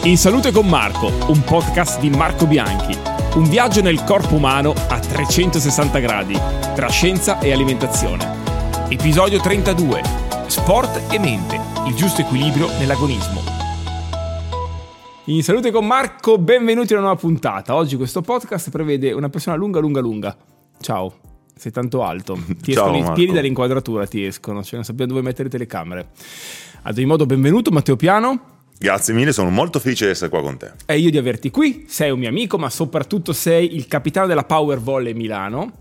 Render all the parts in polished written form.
In Salute con Marco, un podcast di Marco Bianchi. Un viaggio nel corpo umano a 360 gradi, tra scienza e alimentazione. Episodio 32. Sport e mente, il giusto equilibrio nell'agonismo. In Salute con Marco, benvenuti a una nuova puntata. Oggi questo podcast prevede una persona lunga. Ciao, sei tanto alto. Ti escono i piedi dall'inquadratura, non sappiamo dove mettere le telecamere. Ad ogni modo, benvenuto Matteo Piano. Grazie mille, sono molto felice di essere qua con te. E io di averti qui, sei un mio amico, ma soprattutto sei il capitano della Power Volley Milano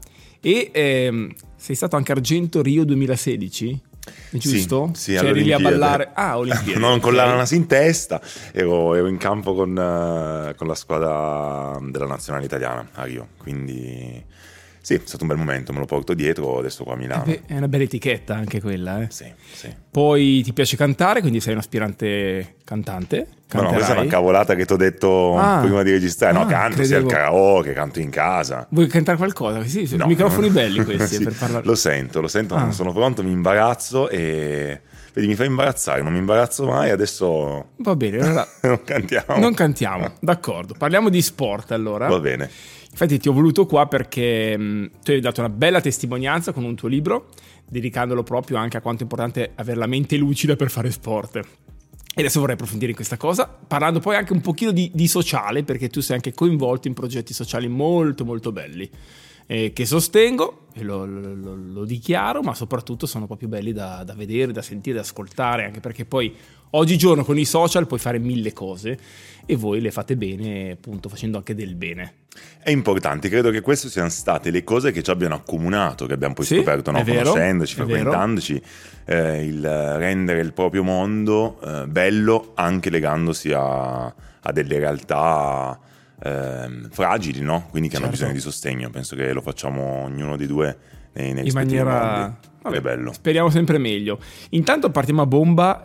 e sei stato anche argento Rio 2016, è giusto? Sì, eri lì a ballare. Olimpiadi. Non con l'ananas in testa, ero in campo con la squadra della nazionale italiana a Rio, quindi sì, è stato un bel momento, me lo porto dietro adesso qua a Milano. È una bella etichetta anche quella, Sì. Poi ti piace cantare, quindi sei un aspirante cantante? No, questa è una cavolata che ti ho detto prima di registrare. No, canto sia al karaoke, canto in casa. Vuoi cantare qualcosa? Sì, no, microfoni belli questi sì, per parlare. Lo sento, non sono pronto, mi imbarazzo e vedi, mi fai imbarazzare, non mi imbarazzo mai, adesso va bene, allora non cantiamo, d'accordo. Parliamo di sport allora. Va bene. Infatti ti ho voluto qua perché tu hai dato una bella testimonianza con un tuo libro, dedicandolo proprio anche a quanto è importante avere la mente lucida per fare sport. E adesso vorrei approfondire in questa cosa, parlando poi anche un pochino di sociale, perché tu sei anche coinvolto in progetti sociali molto molto belli, che sostengo e lo dichiaro, ma soprattutto sono proprio belli da vedere, da sentire, da ascoltare, anche perché poi oggigiorno con i social puoi fare mille cose e voi le fate bene, appunto facendo anche del bene. È importante, credo che queste siano state le cose che ci abbiano accomunato, che abbiamo poi scoperto, conoscendoci, frequentandoci, il rendere il proprio mondo bello anche legandosi a delle realtà fragili, no? Quindi che hanno bisogno di sostegno. Penso che lo facciamo ognuno dei due nei in maniera mondi. È bello. Speriamo sempre meglio. Intanto partiamo a bomba.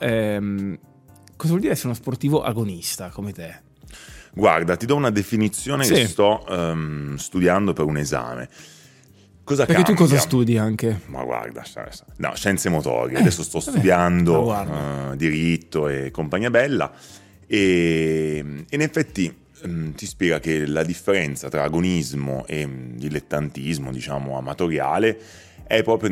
Cosa vuol dire essere uno sportivo agonista come te? Guarda, ti do una definizione che sto studiando per un esame. Cosa Perché cambia? Tu cosa studi anche? Ma guarda, scienze motorie. Adesso sto studiando diritto e compagnia bella e in effetti ti spiega che la differenza tra agonismo e dilettantismo, diciamo, amatoriale è proprio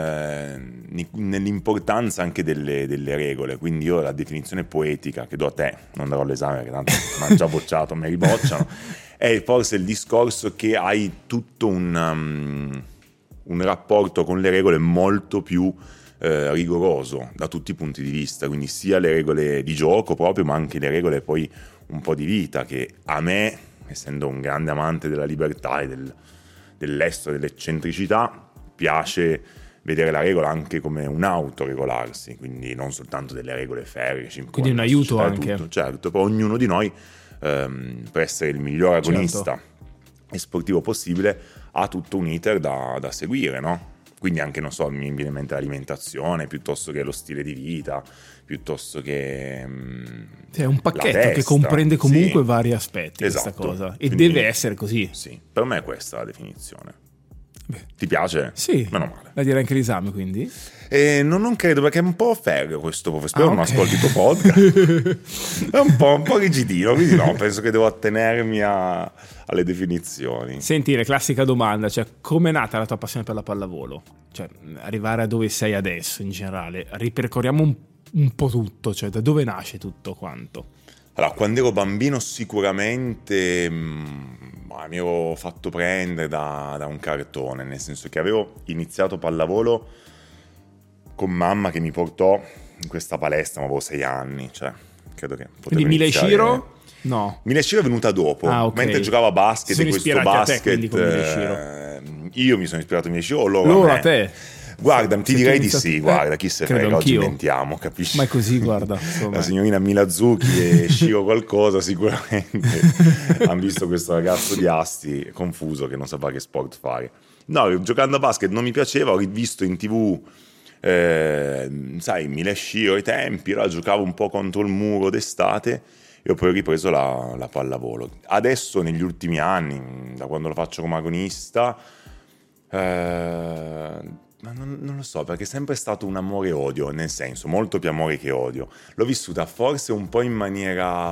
nell'importanza anche delle regole. Quindi io la definizione poetica che do a te, non darò l'esame perché tanto mi hanno già bocciato, mi ribocciano, è forse il discorso che hai tutto un rapporto con le regole molto più rigoroso da tutti i punti di vista, quindi sia le regole di gioco proprio, ma anche le regole poi un po' di vita, che a me, essendo un grande amante della libertà e dell'estero, dell'eccentricità, piace vedere la regola anche come un autoregolarsi, quindi non soltanto delle regole ferree. Quindi un aiuto anche. Tutto, certo, poi ognuno di noi per essere il miglior agonista e sportivo possibile ha tutto un iter da seguire, no? Quindi anche, non so, mi viene in mente l'alimentazione, piuttosto che lo stile di vita, piuttosto che è un pacchetto che comprende comunque vari aspetti, esatto, questa cosa. E quindi, deve essere così. Sì, per me è questa la definizione. Ti piace? Sì. Meno male. La direi anche l'esame, quindi? Non credo, perché è un po' ferreo questo professore. Spero non ascolti il tuo podcast. È un po' rigidino, quindi no, penso che devo attenermi alle definizioni. Senti, la classica domanda, cioè, com'è nata la tua passione per la pallavolo? Cioè, arrivare a dove sei adesso in generale. Ripercorriamo un po' tutto, cioè da dove nasce tutto quanto? Allora, quando ero bambino sicuramente mi ero fatto prendere da un cartone, nel senso che avevo iniziato pallavolo con mamma che mi portò in questa palestra, ma avevo 6 anni, cioè credo che potevo Quindi iniziare. Mileshiro? No. Mileshiro è venuta dopo, mentre giocavo a basket, e questo basket io mi sono ispirato a Mileshiro o loro a te? Guarda, ti direi di sì, guarda, chi se frega, oggi mentiamo, capisci? Ma è così, guarda. La signorina Milazuchi e Shiro qualcosa sicuramente hanno visto questo ragazzo di Asti confuso che non sapeva che sport fare. No, giocando a basket non mi piaceva, ho rivisto in TV, sai, Mileshiro ai tempi, la giocavo un po' contro il muro d'estate e ho poi ripreso la pallavolo. Adesso, negli ultimi anni, da quando lo faccio come agonista, Ma non lo so, perché è sempre stato un amore e odio, nel senso, molto più amore che odio. L'ho vissuta forse un po' in maniera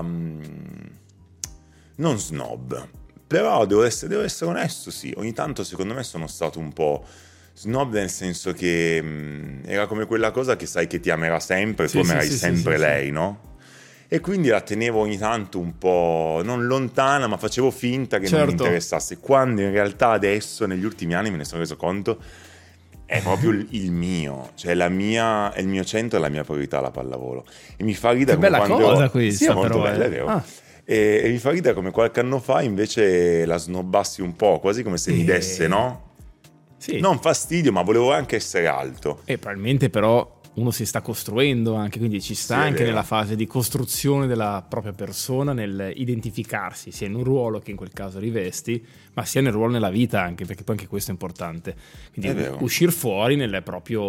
non snob, però devo essere onesto, sì. Ogni tanto secondo me sono stato un po' snob, nel senso che era come quella cosa che sai che ti amerà sempre, tu amerai sempre lei, no? E quindi la tenevo ogni tanto un po' non lontana, ma facevo finta che non mi interessasse, quando in realtà adesso, negli ultimi anni, me ne sono reso conto, è proprio il mio, cioè è il mio centro e la mia priorità la pallavolo. E mi fa ridere come quando... Che bella cosa questa, sì, è molto però, bella, è vero. E mi fa ridere come qualche anno fa invece la snobbassi un po', quasi come se mi desse, no? Sì. Non fastidio, ma volevo anche essere alto. E probabilmente però uno si sta costruendo anche, quindi ci sta anche nella fase di costruzione della propria persona, nel identificarsi sia in un ruolo che in quel caso rivesti, ma sia nel ruolo nella vita anche, perché poi anche questo è importante. Quindi uscire fuori nel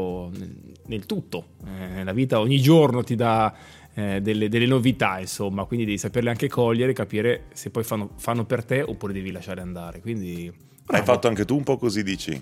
tutto. La vita ogni giorno ti dà delle novità, insomma, quindi devi saperle anche cogliere, capire se poi fanno per te oppure devi lasciare andare. Quindi hai fatto anche tu un po' così, dici?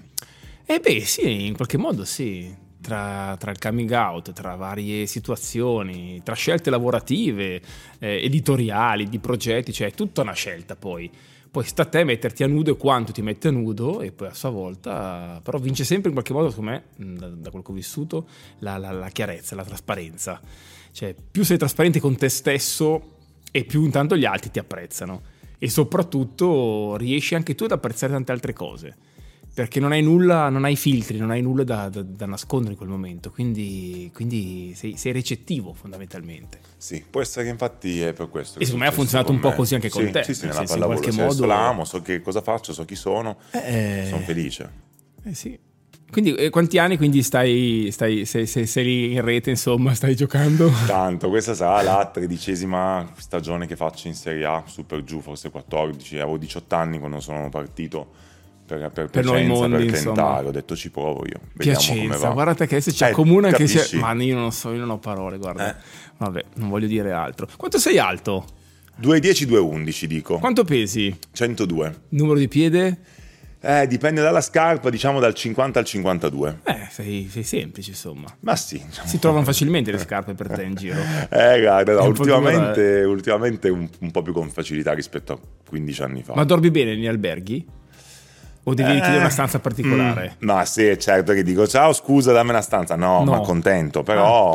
Sì, in qualche modo sì. Tra il coming out, tra varie situazioni, tra scelte lavorative, editoriali, di progetti, cioè è tutta una scelta poi sta a te metterti a nudo e quanto ti mette a nudo, e poi a sua volta però vince sempre in qualche modo, secondo me, da quel che ho vissuto, la chiarezza, la trasparenza. Cioè più sei trasparente con te stesso e più intanto gli altri ti apprezzano, e soprattutto riesci anche tu ad apprezzare tante altre cose, perché non hai nulla, non hai filtri, non hai nulla da nascondere in quel momento, quindi sei recettivo fondamentalmente. Sì, può essere che infatti è per questo. E secondo me ha funzionato un po' così anche con te. Sì, nella pallavolo, in qualche modo l'amo, so che cosa faccio, so chi sono, sono felice. Sì. Quindi quanti anni quindi sei lì in rete, insomma, stai giocando? Tanto, questa sarà la 13ª stagione che faccio in Serie A, super giù, forse 14, avevo 18 anni quando sono partito. Per Piacenza, per tentare, ho detto ci provo io, vediamo Piacenza, come va. Guarda che adesso ci accomuna anche se... Ma io non so, io non ho parole, guarda. Vabbè, non voglio dire altro. Quanto sei alto? 2,10, 2,11 dico. Quanto pesi? 102. Numero di piede? Dipende dalla scarpa, diciamo dal 50 al 52. Sei semplice, insomma. Ma sì. Diciamo. Si trovano facilmente le scarpe per te in giro. Guarda, no, ultimamente un po' più con facilità rispetto a 15 anni fa. Ma dormi bene negli alberghi? O devi chiedere una stanza particolare? No, sì, certo che dico ciao, scusa, dammi una stanza. No. Ma contento,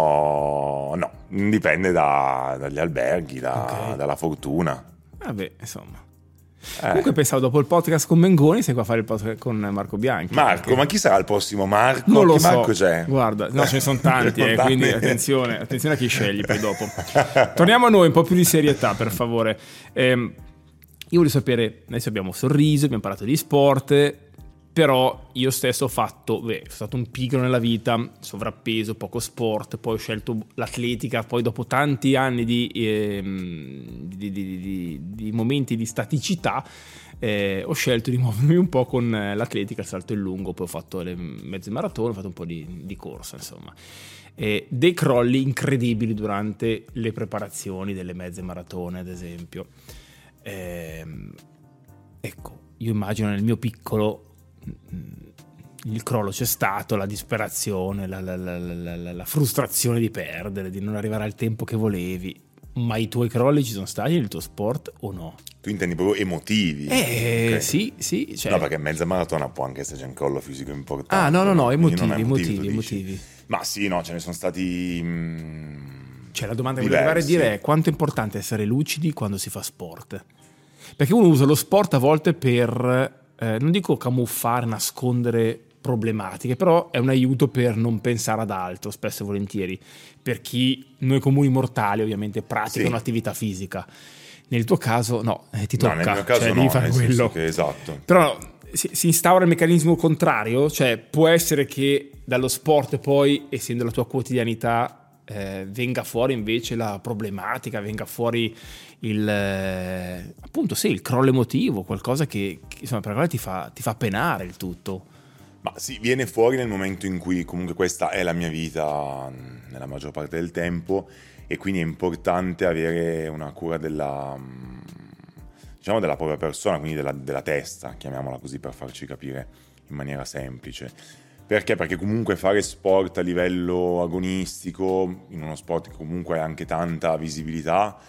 però no, dipende dagli alberghi, dalla fortuna. Vabbè, insomma. Comunque pensavo, dopo il podcast con Mengoni sei qua a fare il podcast con Marco Bianchi. Ma chi sarà il prossimo Marco? Non lo so. Marco c'è? Guarda, no, ce ne sono tanti, quindi attenzione a chi scegli poi dopo. Torniamo a noi, un po' più di serietà, per favore. Io voglio sapere, adesso abbiamo sorriso, abbiamo parlato di sport, però io stesso ho sono stato un pigro nella vita, sovrappeso, poco sport, poi ho scelto l'atletica, poi dopo tanti anni di momenti di staticità ho scelto di muovermi un po' con l'atletica, il salto in lungo, poi ho fatto le mezze maratone, ho fatto un po' di corsa, insomma. Dei crolli incredibili durante le preparazioni delle mezze maratone, ad esempio. Ecco, io immagino nel mio piccolo il crollo c'è stato, la disperazione, la frustrazione di perdere, di non arrivare al tempo che volevi. Ma i tuoi crolli ci sono stati nel tuo sport o no? Tu intendi proprio emotivi? Okay. Sì. Cioè... No, perché mezza maratona può anche esserci un crollo fisico importante. No, emotivi. Ma sì, no, ce ne sono stati... Cioè la domanda che voglio arrivare a dire è quanto è importante essere lucidi quando si fa sport. Perché uno usa lo sport a volte per, non dico camuffare, nascondere problematiche, però è un aiuto per non pensare ad altro, spesso e volentieri, per chi noi comuni mortali ovviamente praticano attività fisica. Nel tuo caso no, ti tocca, nel mio caso devi fare quello. Che, esatto. Però si instaura il meccanismo contrario, cioè può essere che dallo sport poi, essendo la tua quotidianità, venga fuori invece la problematica, venga fuori il crollo emotivo, qualcosa che insomma per me ti fa penare il tutto. Ma sì, viene fuori nel momento in cui comunque questa è la mia vita nella maggior parte del tempo, e quindi è importante avere una cura della propria persona, quindi della testa, chiamiamola così per farci capire in maniera semplice. Perché? Perché comunque fare sport a livello agonistico, in uno sport che comunque ha anche tanta visibilità,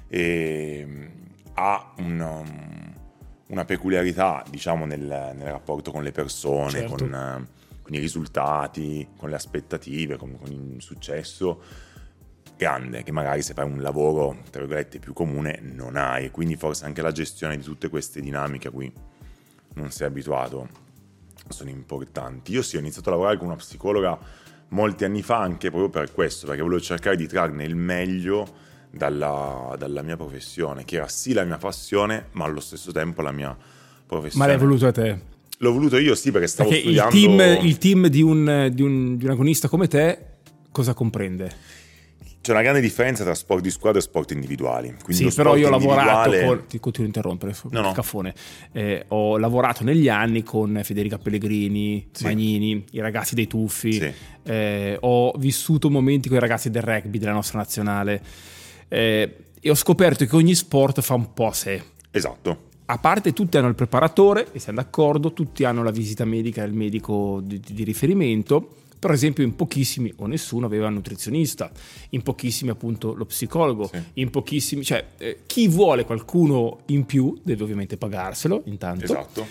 ha una peculiarità, diciamo, nel rapporto con le persone, certo, con i risultati, con le aspettative, con il successo grande, che magari se fai un lavoro, tra virgolette, più comune non hai. Quindi forse anche la gestione di tutte queste dinamiche a cui non sei abituato sono importanti. Io sì, ho iniziato a lavorare con una psicologa molti anni fa anche proprio per questo, perché volevo cercare di trarne il meglio dalla mia professione, che era sì la mia passione, ma allo stesso tempo la mia professione. Ma l'hai voluto a te? L'ho voluto io, sì, perché stavo perché studiando... il team di un agonista come te cosa comprende? C'è una grande differenza tra sport di squadra e sport individuali. Quindi sì, però io ho lavorato individuale... ti continuo a interrompere, No. Caffone. Ho lavorato negli anni con Federica Pellegrini, Sì. Magnini, i ragazzi dei Tuffi. Sì. Ho vissuto momenti con i ragazzi del rugby della nostra nazionale. E ho scoperto che ogni sport fa un po' a sé. Esatto. A parte tutti hanno il preparatore, e siamo d'accordo, tutti hanno la visita medica e il medico di riferimento. Per esempio in pochissimi o nessuno aveva il nutrizionista, in pochissimi appunto lo psicologo, sì. In pochissimi, cioè chi vuole qualcuno in più deve ovviamente pagarselo intanto. Esatto.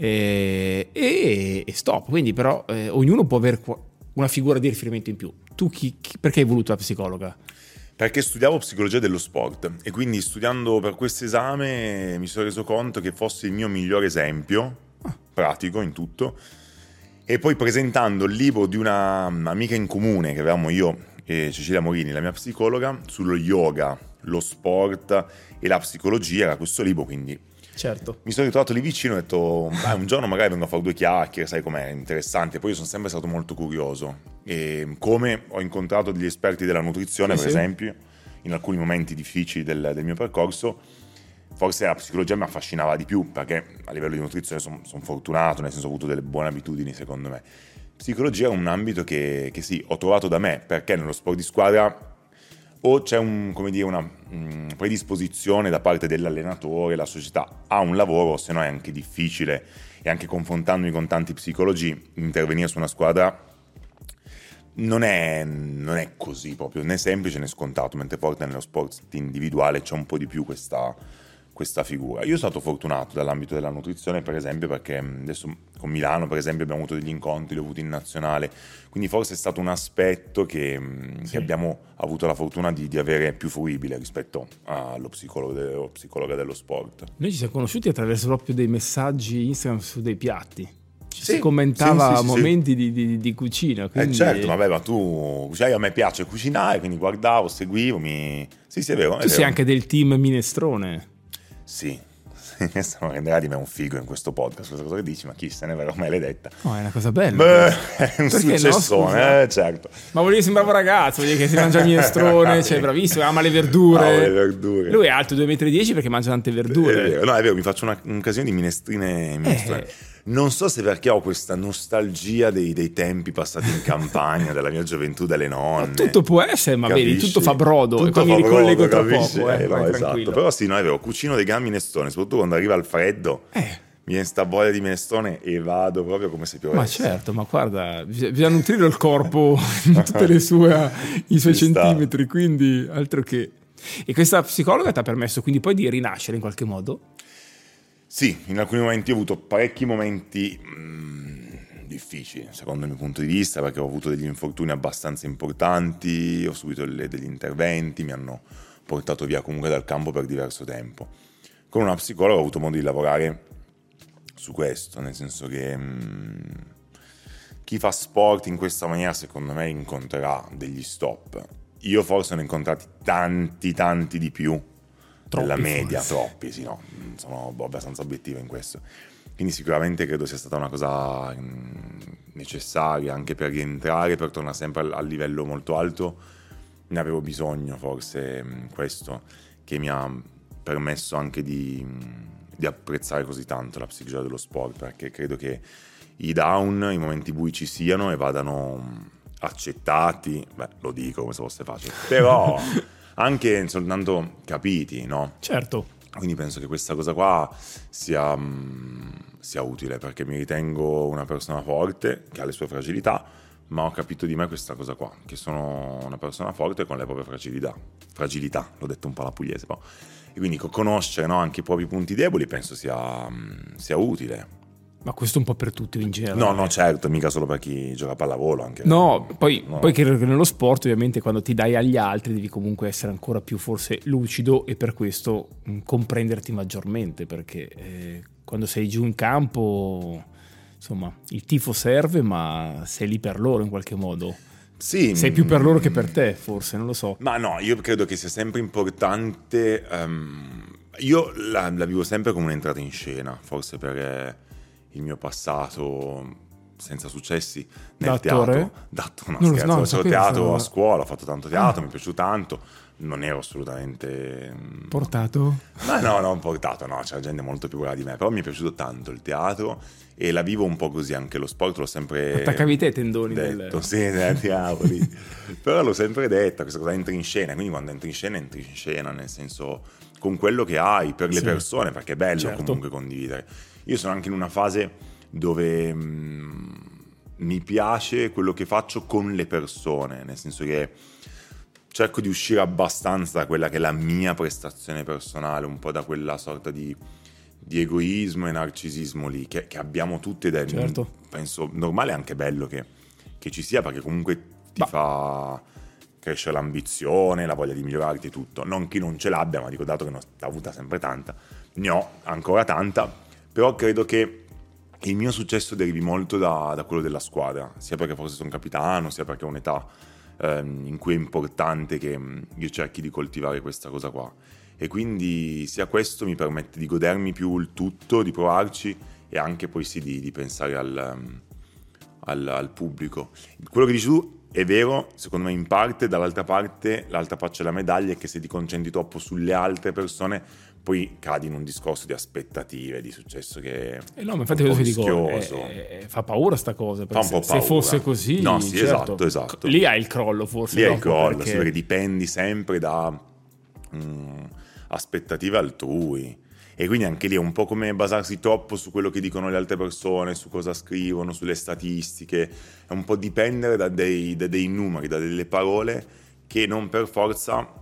E stop, quindi però ognuno può avere una figura di riferimento in più. Tu perché hai voluto la psicologa? Perché studiavo psicologia dello sport e quindi studiando per questo esame mi sono reso conto che fosse il mio migliore esempio pratico in tutto. E poi presentando il libro di una amica in comune che avevamo io e Cecilia Morini, la mia psicologa, sullo yoga, lo sport e la psicologia, era questo libro, quindi certo. Mi sono ritrovato lì vicino e ho detto un giorno magari vengo a fare due chiacchiere, sai com'è, interessante. Poi io sono sempre stato molto curioso e come ho incontrato degli esperti della nutrizione, per esempio, in alcuni momenti difficili del mio percorso, forse la psicologia mi affascinava di più, perché a livello di nutrizione sono fortunato, nel senso ho avuto delle buone abitudini secondo me. Psicologia è un ambito che sì, ho trovato da me, perché nello sport di squadra o c'è una predisposizione da parte dell'allenatore, la società a un lavoro, se no è anche difficile, e anche confrontandomi con tanti psicologi, intervenire su una squadra non è così proprio, né semplice né scontato, mentre forse nello sport individuale c'è un po' di più questa figura. Io sono stato fortunato dall'ambito della nutrizione, per esempio, perché adesso con Milano, per esempio, abbiamo avuto degli incontri, li ho avuti in nazionale, quindi forse è stato un aspetto che abbiamo avuto la fortuna di avere più fruibile rispetto allo psicologa dello sport. Noi ci siamo conosciuti attraverso proprio dei messaggi Instagram su dei piatti. Si commentava momenti di cucina. Quindi... certo, ma tu, a me piace cucinare, quindi guardavo, seguivo, Sì, è vero. Tu sei anche del team minestrone. Sì, stiamo renderà di me un figo in questo podcast, questa cosa che dici, ma chi se ne verrà mai detta. No, è una cosa bella. È un successone, certo. Ma volevi sembrare un ragazzo, volevi che si mangia il minestrone, cioè bravissimo, ama le verdure. Lui è alto 2,10 m perché mangia tante verdure. È vero, mi faccio un'occasione di minestrine. Non so se perché ho questa nostalgia dei tempi passati in campagna, della mia gioventù, dalle nonne. Ma tutto può essere, ma vedi, tutto fa brodo. Tutto e poi mi ricollego tra poco. No, esatto. Però sì, no, è vero, cucino dei gran minestroni, soprattutto quando arriva il freddo. Mi viene sta voglia di minestrone e vado proprio come se piovesse. Ma certo, ma guarda, bisogna nutrire il corpo in tutte i suoi centimetri, quindi altro che. E questa psicologa ti ha permesso quindi poi di rinascere in qualche modo? Sì, in alcuni momenti ho avuto parecchi momenti difficili, secondo il mio punto di vista, perché ho avuto degli infortuni abbastanza importanti, ho subito degli interventi, mi hanno portato via comunque dal campo per diverso tempo. Con una psicologa ho avuto modo di lavorare su questo, nel senso che chi fa sport in questa maniera secondo me incontrerà degli stop. Io forse ne ho incontrati tanti di più. Della media, troppi, sì, no, sono abbastanza obiettivo in questo. Quindi sicuramente credo sia stata una cosa necessaria anche per rientrare, per tornare sempre al livello molto alto. Ne avevo bisogno, forse questo, che mi ha permesso anche di apprezzare così tanto la psicologia dello sport, perché credo che i down, i momenti bui ci siano e vadano accettati, lo dico come se fosse facile, però... anche soltanto capiti, no? Certo. Quindi penso che questa cosa qua sia sia utile, perché mi ritengo una persona forte che ha le sue fragilità, ma ho capito di me questa cosa qua, che sono una persona forte con le proprie fragilità, l'ho detto un po' alla pugliese, però. E quindi conoscere, no, anche i propri punti deboli penso sia utile. Ma questo un po' per tutti in generale. No, certo, mica solo per chi gioca a pallavolo. Anche, poi credo che nello sport ovviamente quando ti dai agli altri devi comunque essere ancora più forse lucido e per questo comprenderti maggiormente, perché quando sei giù in campo, insomma, il tifo serve, ma sei lì per loro in qualche modo. Sì, sei più per loro che per te, forse, non lo so. Ma no, io credo che sia sempre importante. Io la vivo sempre come un'entrata in scena, forse per il mio passato senza successi nel teatro. Facevo teatro a scuola, ho fatto tanto teatro, mi è piaciuto tanto. Non ero assolutamente portato? Ma no, non portato, no, c'era gente molto più brava di me, però mi è piaciuto tanto il teatro e la vivo un po' così, anche lo sport l'ho sempre attaccavi te ai tendoni detto, sì, teatro lì. Però l'ho sempre detta, questa cosa entri in scena, quindi quando entri in scena, nel senso con quello che hai per le persone, perché è bello comunque condividere. Io sono anche in una fase dove mi piace quello che faccio con le persone, nel senso che cerco di uscire abbastanza da quella che è la mia prestazione personale, un po' da quella sorta di egoismo e narcisismo lì che abbiamo tutti ed è penso normale e anche bello che ci sia, perché comunque ti fa crescere l'ambizione, la voglia di migliorarti e tutto. Non che non ce l'abbia, ma dico, dato che ne ho avuta sempre tanta, ne ho ancora tanta, però credo che il mio successo derivi molto da quello della squadra, sia perché forse sono capitano, sia perché ho un'età in cui è importante che io cerchi di coltivare questa cosa qua, e quindi sia questo mi permette di godermi più il tutto, di provarci e anche poi sì di pensare al pubblico. Quello che dici tu è vero, secondo me in parte, dall'altra parte l'altra faccia della medaglia è che se ti concentri troppo sulle altre persone poi cadi in un discorso di aspettative, di successo che no, ma infatti questo dico, fa paura sta cosa, perché fa un po' se fosse così, no, sì, certo, esatto. Lì hai il crollo forse. Lì hai il crollo, perché... sì, perché dipendi sempre da aspettative altrui, e quindi anche lì è un po' come basarsi troppo su quello che dicono le altre persone, su cosa scrivono, sulle statistiche, è un po' dipendere da dei numeri, da delle parole che non per forza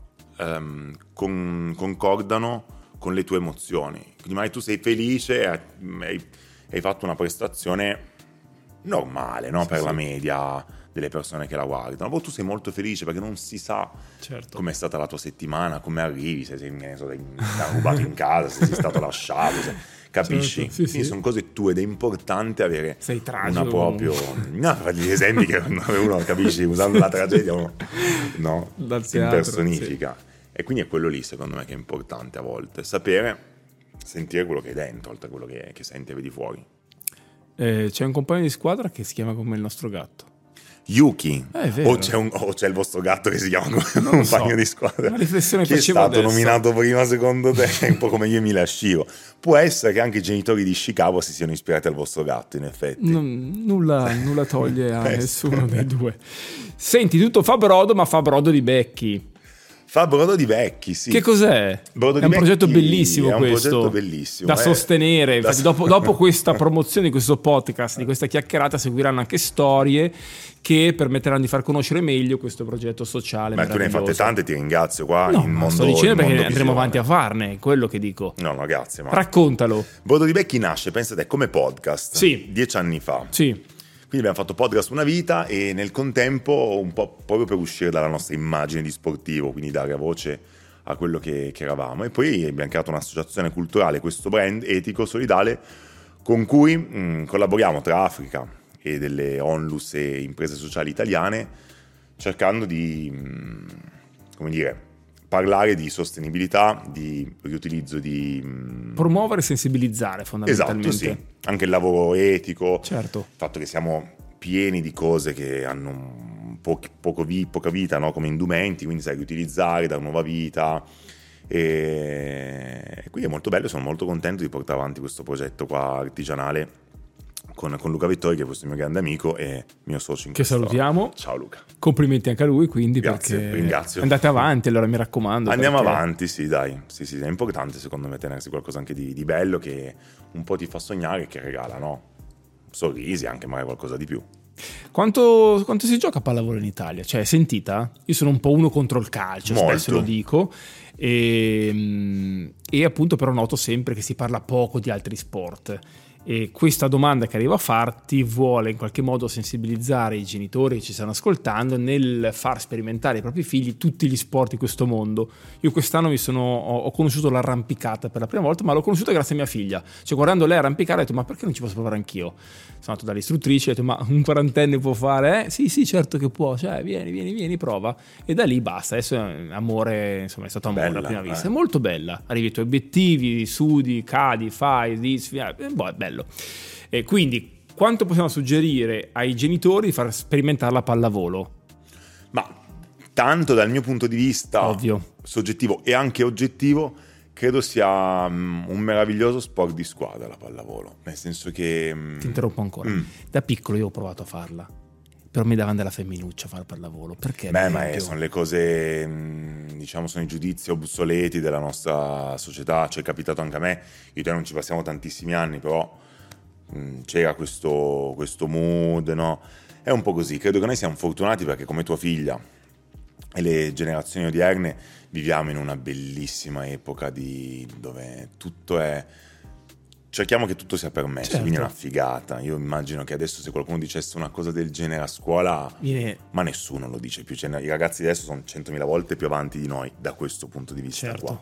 concordano con le tue emozioni. Quindi magari tu sei felice e hai fatto una prestazione normale, no? Per la media delle persone che la guardano. Poi tu sei molto felice perché non si sa com'è stata la tua settimana, come arrivi, se sei rubato in casa, se sei stato lasciato, capisci? Quindi sono cose tue ed è importante avere una proprio... No, fagli gli esempi che uno capisci, usando la tragedia uno si impersonifica. E quindi è quello lì, secondo me, che è importante a volte, sentire quello che hai dentro, oltre a quello che senti e vedi fuori. C'è un compagno di squadra che si chiama come il nostro gatto. Yuki, o c'è il vostro gatto che si chiama come un compagno di squadra? Una riflessione che facevo è stato adesso. Nominato prima secondo te, è un po' come io mi lascio. Può essere che anche i genitori di Chicago si siano ispirati al vostro gatto, in effetti. Nulla toglie a nessuno dei due. Senti, tutto fa brodo, ma fa brodo di becchi. Fa brodo di becchi, sì. Che cos'è? Brodo è un progetto bellissimo, è un questo. Progetto bellissimo, da sostenere. Infatti, dopo questa promozione di questo podcast, di questa chiacchierata, seguiranno anche storie che permetteranno di far conoscere meglio questo progetto sociale. Ma tu ne hai fatte tante, ti ringrazio qua. No, in mondo, sto dicendo perché andremo visione. avanti a farne, è quello che dico. No, grazie. Ma... Raccontalo. Brodo di becchi nasce, pensa te, come podcast. Sì. 10 anni fa. Sì. Quindi abbiamo fatto podcast una vita e nel contempo un po' proprio per uscire dalla nostra immagine di sportivo, quindi dare voce a quello che eravamo. E poi abbiamo creato un'associazione culturale, questo brand etico, solidale, con cui collaboriamo tra Africa e delle onlus e imprese sociali italiane, cercando di, parlare di sostenibilità, di riutilizzo, di... promuovere e sensibilizzare fondamentalmente. Esatto, sì. Anche il lavoro etico, certo. Il fatto che siamo pieni di cose che hanno poca vita, no? Come indumenti, quindi sai, riutilizzare, dare nuova vita. E quindi è molto bello, sono molto contento di portare avanti questo progetto qua artigianale con Luca Vettori, che è questo mio grande amico e mio socio in che salutiamo. Ciao Luca. Complimenti anche a lui, quindi. Grazie, perché ringrazio. andate avanti, allora mi raccomando. Andiamo perché... avanti, sì, dai. Sì, è importante secondo me tenersi qualcosa anche di bello che un po' ti fa sognare e che regala, no? Sorrisi, anche magari qualcosa di più. Quanto si gioca a pallavolo in Italia? Cioè, sentita? Io sono un po' uno contro il calcio, Molto. spesso lo dico, e appunto però noto sempre che si parla poco di altri sport. E questa domanda che arrivo a farti vuole in qualche modo sensibilizzare i genitori che ci stanno ascoltando nel far sperimentare ai propri figli tutti gli sport di questo mondo. Io quest'anno ho conosciuto l'arrampicata per la prima volta, ma l'ho conosciuta grazie a mia figlia. Cioè, guardando lei arrampicare ho detto: ma perché non ci posso provare anch'io? Sono andato dall'istruttrice e ho detto: ma un quarantenne può fare? Sì, certo che può, cioè vieni, prova. E da lì basta, adesso è amore, insomma è stato amore alla prima vista. È molto bella, arrivi ai tuoi obiettivi, sudi, cadi, fai, è bello. E quindi quanto possiamo suggerire ai genitori di far sperimentare la pallavolo? Ma tanto dal mio punto di vista ovvio, soggettivo e anche oggettivo, credo sia un meraviglioso sport di squadra la pallavolo, nel senso che... Ti interrompo ancora. Da piccolo io ho provato a farla, però mi davano della femminuccia a fare pallavolo. Perché? Ma sono le cose, diciamo, sono i giudizi obsoleti della nostra società. Ci è capitato anche a me, io e te non ci passiamo tantissimi anni, però c'era questo mood, no? È un po' così. Credo che noi siamo fortunati perché come tua figlia e le generazioni odierne viviamo in una bellissima epoca dove tutto è... Cerchiamo che tutto sia permesso, certo. Quindi è una figata. Io immagino che adesso se qualcuno dicesse una cosa del genere a scuola, ma nessuno lo dice più. Cioè, i ragazzi adesso sono 100.000 volte più avanti di noi da questo punto di vista qua.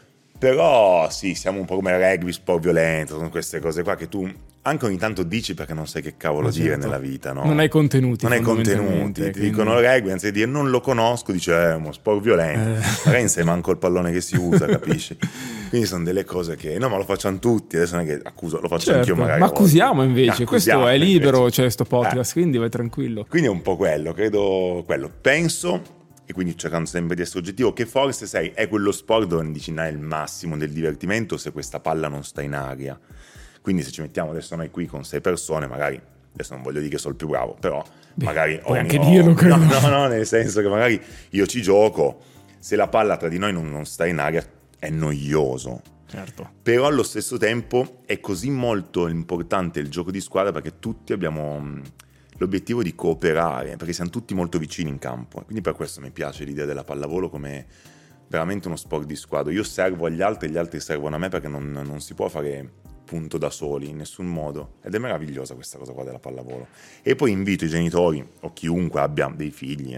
Però sì, siamo un po' come il rugby, sport violento, sono queste cose qua che tu anche ogni tanto dici perché non sai che cavolo dire nella vita, no? Non hai contenuti. Ti dicono il rugby, anziché dire non lo conosco, dice è uno sport violento. Magari non sai manco il pallone che si usa, capisci? Quindi sono delle cose che no, ma lo facciano tutti, adesso non è che accuso, lo faccio anch'io magari. Ma accusiamo invece, questo è libero, c'è sto podcast, quindi vai tranquillo. Quindi è un po' quello. Penso, e quindi cercando sempre di essere oggettivo, che forse è quello sport dove dici è il massimo del divertimento se questa palla non sta in aria. Quindi se ci mettiamo adesso noi qui con 6 persone, magari, adesso non voglio dire che sono il più bravo, però magari... Puoi anche dirlo, credo. No, nel senso che magari io ci gioco, se la palla tra di noi non sta in aria è noioso. Certo. Però allo stesso tempo è così molto importante il gioco di squadra perché tutti abbiamo l'obiettivo di cooperare, perché siamo tutti molto vicini in campo. Quindi per questo mi piace l'idea della pallavolo come veramente uno sport di squadra. Io servo agli altri e gli altri servono a me perché non si può fare punto da soli in nessun modo. Ed è meravigliosa questa cosa qua della pallavolo. E poi invito i genitori o chiunque abbia dei figli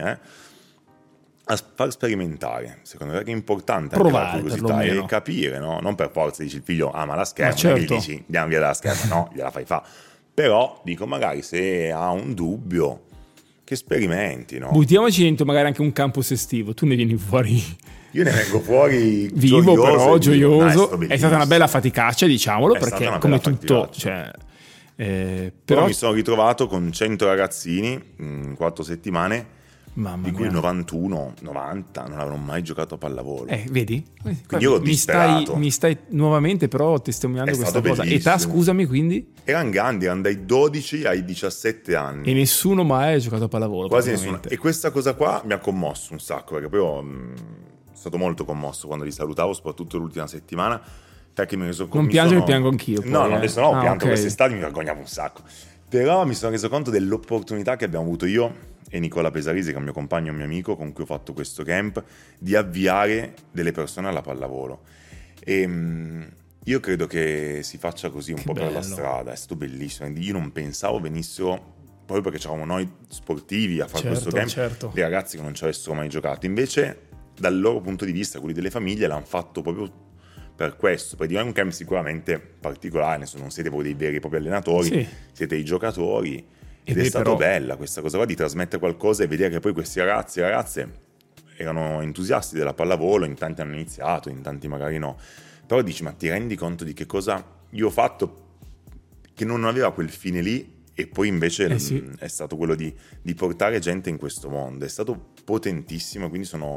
a far sperimentare, secondo me, che è importante provare, anche la curiosità e capire, no? Non per forza dici il figlio ama la scherma, e gli dici andiamo via dalla scherma, no, gliela fai fa. Però dico magari se ha un dubbio che sperimenti, no? Buttiamoci dentro magari anche un campus estivo, tu ne vieni fuori. Io ne vengo fuori vivo, però gioioso. Dai, è stata una bella faticaccia, diciamolo, è perché come tutto, cioè, però mi sono ritrovato con 100 ragazzini in 4 settimane. Mamma di cui mia. 91, 90 non avevano mai giocato a pallavolo. Vedi? Quindi io ero disperato. Mi stai nuovamente però testimoniando questa cosa. Bellissimo. Età, scusami, quindi? Erano grandi, erano dai 12 ai 17 anni. E nessuno mai ha giocato a pallavolo. Quasi nessuno. E questa cosa qua mi ha commosso un sacco, perché poi sono stato molto commosso quando li salutavo, soprattutto l'ultima settimana, perché mi ho reso conto... Non piango, piango anch'io. No, adesso no, ho pianto quest'estate, mi vergognavo un sacco. Però mi sono reso conto dell'opportunità che abbiamo avuto io e Nicola Pesarisi, che è un mio compagno e un mio amico con cui ho fatto questo camp, di avviare delle persone alla pallavolo. E io credo che si faccia così un po' bello. Per la strada, è stato bellissimo. Io non pensavo venissero, proprio perché c'eravamo noi sportivi a fare questo camp, dei ragazzi che non ci avessero mai giocato. Invece, dal loro punto di vista, quelli delle famiglie, l'hanno fatto proprio per questo. Perché è un camp sicuramente particolare, non siete voi dei veri e propri allenatori, siete i giocatori. Ed è stato bella questa cosa qua di trasmettere qualcosa e vedere che poi questi ragazzi e ragazze erano entusiasti della pallavolo, in tanti hanno iniziato, in tanti magari no. Però dici, ma ti rendi conto di che cosa io ho fatto che non aveva quel fine lì e poi invece è stato quello di portare gente in questo mondo. È stato potentissimo, quindi sono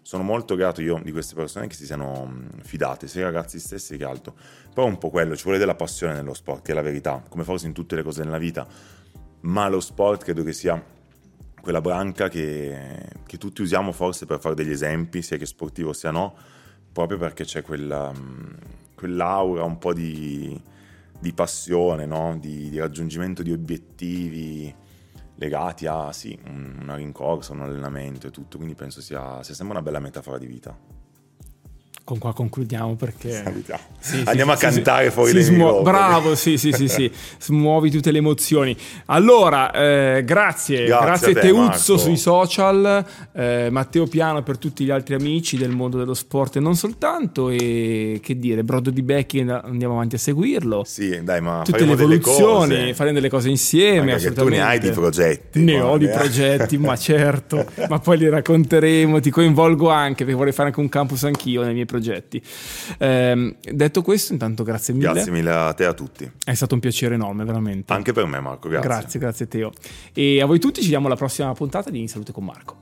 sono molto grato io di queste persone che si siano fidate, sia i ragazzi stessi che altro. Però un po' quello, ci vuole della passione nello sport, che è la verità, come forse in tutte le cose nella vita, ma lo sport credo che sia quella branca che tutti usiamo forse per fare degli esempi, sia che sportivo sia no, proprio perché c'è quell'aura un po' di passione, no? Di raggiungimento di obiettivi legati a sì, una rincorsa, un allenamento e tutto, quindi penso sia sempre una bella metafora di vita. Con qua concludiamo perché andiamo a cantare fuori dai microfoni. Bravo, sì, smuovi tutte le emozioni. Allora, grazie a te, Teuzzo, Marco, sui social, Matteo Piano per tutti gli altri amici del mondo dello sport e non soltanto, e che dire, Brodo di Becchi, andiamo avanti a seguirlo. Sì, dai, ma tutte le evoluzioni, faremo delle cose insieme. Anche tu ne hai di progetti. Ne ho di progetti, ma certo, ma poi li racconteremo, ti coinvolgo anche perché vorrei fare anche un campus anch'io nei miei progetti. Detto questo, intanto grazie mille. Grazie mille a te e a tutti. È stato un piacere enorme, veramente. Anche per me, Marco, grazie. Grazie Teo. E a voi tutti ci vediamo alla prossima puntata di In Salute con Marco.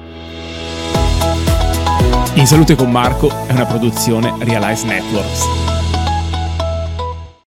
In Salute con Marco è una produzione Realize Networks.